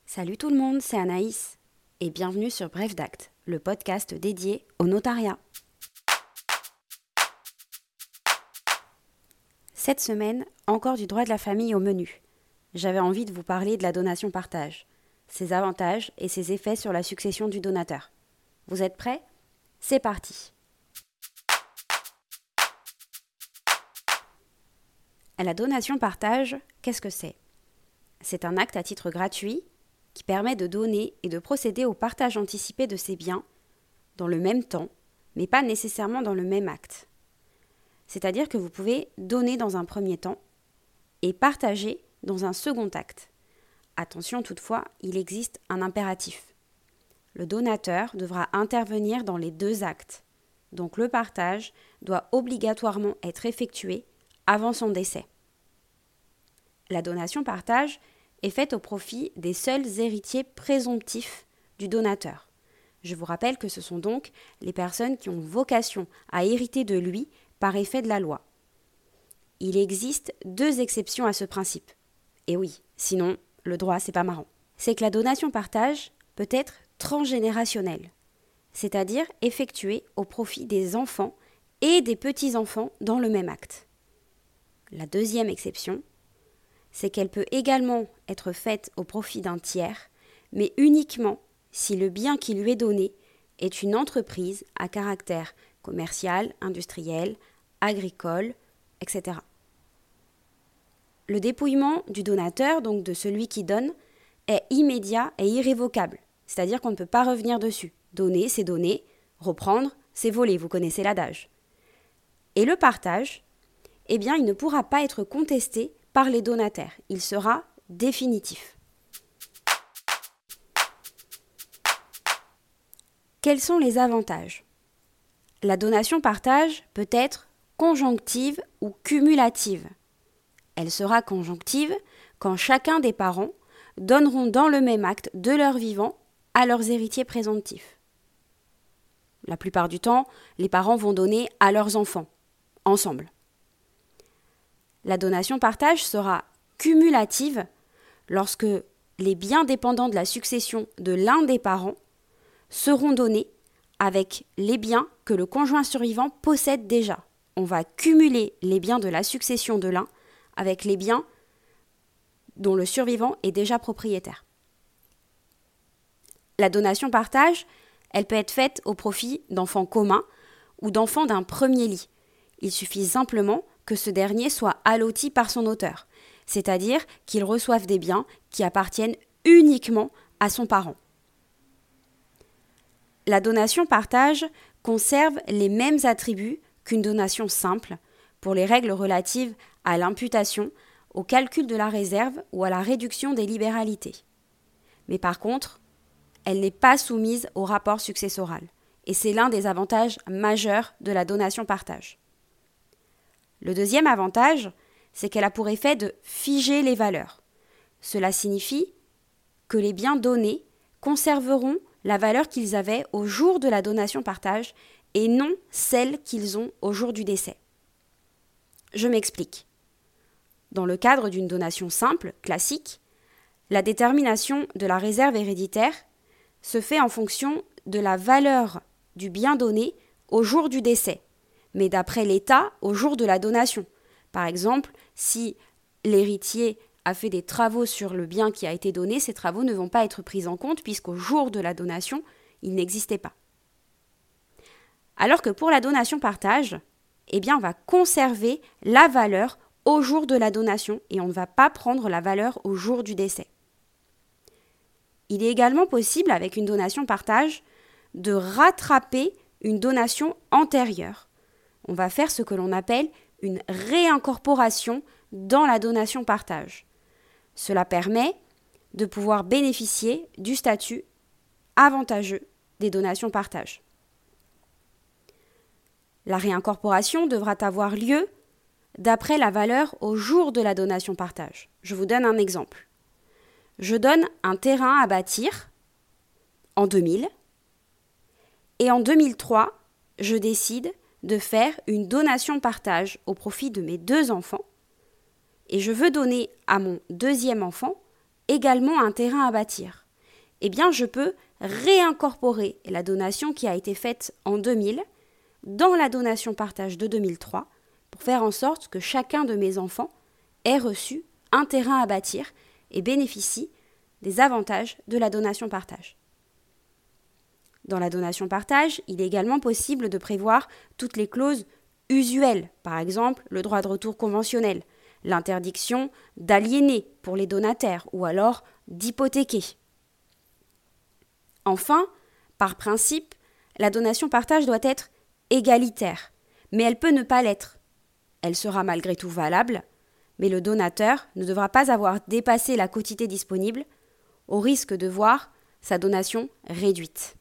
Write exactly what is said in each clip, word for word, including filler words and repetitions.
Salut tout le monde, c'est Anaïs et bienvenue sur Bref d'Acte, le podcast dédié au notariat. Cette semaine, encore du droit de la famille au menu. J'avais envie de vous parler de la donation-partage, ses avantages et ses effets sur la succession du donateur. Vous êtes prêts ? C'est parti. La donation-partage, qu'est-ce que c'est ? C'est un acte à titre gratuit qui permet de donner et de procéder au partage anticipé de ses biens dans le même temps, mais pas nécessairement dans le même acte. C'est-à-dire que vous pouvez donner dans un premier temps et partager dans un second acte. Attention toutefois, il existe un impératif. Le donateur devra intervenir dans les deux actes, donc le partage doit obligatoirement être effectué avant son décès. La donation-partage est faite au profit des seuls héritiers présomptifs du donateur. Je vous rappelle que ce sont donc les personnes qui ont vocation à hériter de lui par effet de la loi. Il existe deux exceptions à ce principe. Et oui, sinon, le droit, c'est pas marrant. C'est que la donation-partage peut être transgénérationnelle, c'est-à-dire effectuée au profit des enfants et des petits-enfants dans le même acte. La deuxième exception, c'est qu'elle peut également être faite au profit d'un tiers, mais uniquement si le bien qui lui est donné est une entreprise à caractère commercial, industriel, agricole, et cetera. Le dépouillement du donateur, donc de celui qui donne, est immédiat et irrévocable, c'est-à-dire qu'on ne peut pas revenir dessus. Donner, c'est donner, reprendre, c'est voler, vous connaissez l'adage. Et le partage, eh bien, il ne pourra pas être contesté par les donataires. Il sera définitif. Quels sont les avantages ? La donation-partage peut être conjonctive ou cumulative. Elle sera conjonctive quand chacun des parents donneront dans le même acte de leur vivant à leurs héritiers présomptifs. La plupart du temps, les parents vont donner à leurs enfants, ensemble. La donation-partage sera cumulative lorsque les biens dépendants de la succession de l'un des parents seront donnés avec les biens que le conjoint survivant possède déjà. On va cumuler les biens de la succession de l'un avec les biens dont le survivant est déjà propriétaire. La donation-partage, elle peut être faite au profit d'enfants communs ou d'enfants d'un premier lit. Il suffit simplement que ce dernier soit alloti par son auteur, c'est-à-dire qu'il reçoive des biens qui appartiennent uniquement à son parent. La donation-partage conserve les mêmes attributs qu'une donation simple pour les règles relatives à l'imputation, au calcul de la réserve ou à la réduction des libéralités. Mais par contre, elle n'est pas soumise au rapport successoral, et c'est l'un des avantages majeurs de la donation-partage. Le deuxième avantage, c'est qu'elle a pour effet de figer les valeurs. Cela signifie que les biens donnés conserveront la valeur qu'ils avaient au jour de la donation-partage et non celle qu'ils ont au jour du décès. Je m'explique. Dans le cadre d'une donation simple, classique, la détermination de la réserve héréditaire se fait en fonction de la valeur du bien donné au jour du décès, mais d'après l'état au jour de la donation. Par exemple, si l'héritier a fait des travaux sur le bien qui a été donné, ces travaux ne vont pas être pris en compte puisqu'au jour de la donation, il n'existait pas. Alors que pour la donation-partage, eh bien, on va conserver la valeur au jour de la donation et on ne va pas prendre la valeur au jour du décès. Il est également possible, avec une donation-partage, de rattraper une donation antérieure. On va faire ce que l'on appelle une réincorporation dans la donation-partage. Cela permet de pouvoir bénéficier du statut avantageux des donations-partage. La réincorporation devra avoir lieu d'après la valeur au jour de la donation-partage. Je vous donne un exemple. Je donne un terrain à bâtir en deux mille et en deux mille trois, je décide de faire une donation-partage au profit de mes deux enfants et je veux donner à mon deuxième enfant également un terrain à bâtir. eh bien je peux réincorporer la donation qui a été faite en deux mille dans la donation partage de deux mille trois pour faire en sorte que chacun de mes enfants ait reçu un terrain à bâtir et bénéficie des avantages de la donation partage. Dans la donation partage, il est également possible de prévoir toutes les clauses usuelles, par exemple le droit de retour conventionnel, l'interdiction d'aliéner pour les donataires ou alors d'hypothéquer. Enfin, par principe, la donation partage doit être égalitaire, mais elle peut ne pas l'être. Elle sera malgré tout valable, mais le donateur ne devra pas avoir dépassé la quotité disponible, au risque de voir sa donation réduite.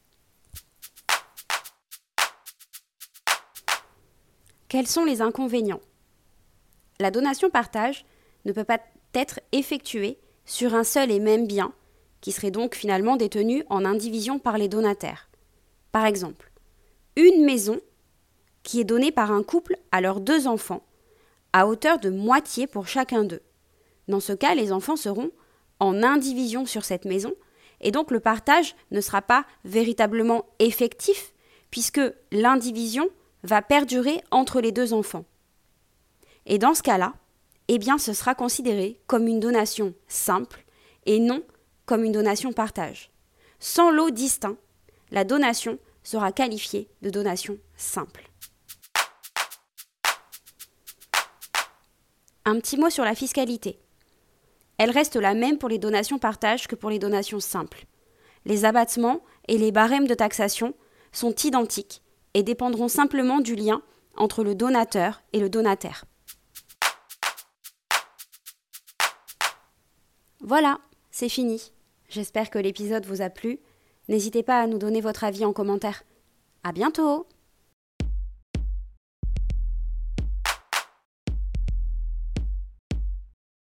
Quels sont les inconvénients ? La donation partage ne peut pas être effectuée sur un seul et même bien, qui serait donc finalement détenu en indivision par les donataires. Par exemple, une maison qui est donnée par un couple à leurs deux enfants, à hauteur de moitié pour chacun d'eux. Dans ce cas, les enfants seront en indivision sur cette maison, et donc le partage ne sera pas véritablement effectif, puisque l'indivision va perdurer entre les deux enfants. Et dans ce cas-là, eh bien, ce sera considéré comme une donation simple et non comme une donation partage. Sans lot distinct, la donation sera qualifiée de donation simple. Un petit mot sur la fiscalité. Elle reste la même pour les donations partage que pour les donations simples. Les abattements et les barèmes de taxation sont identiques et dépendront simplement du lien entre le donateur et le donataire. Voilà, c'est fini. J'espère que l'épisode vous a plu. N'hésitez pas à nous donner votre avis en commentaire. À bientôt!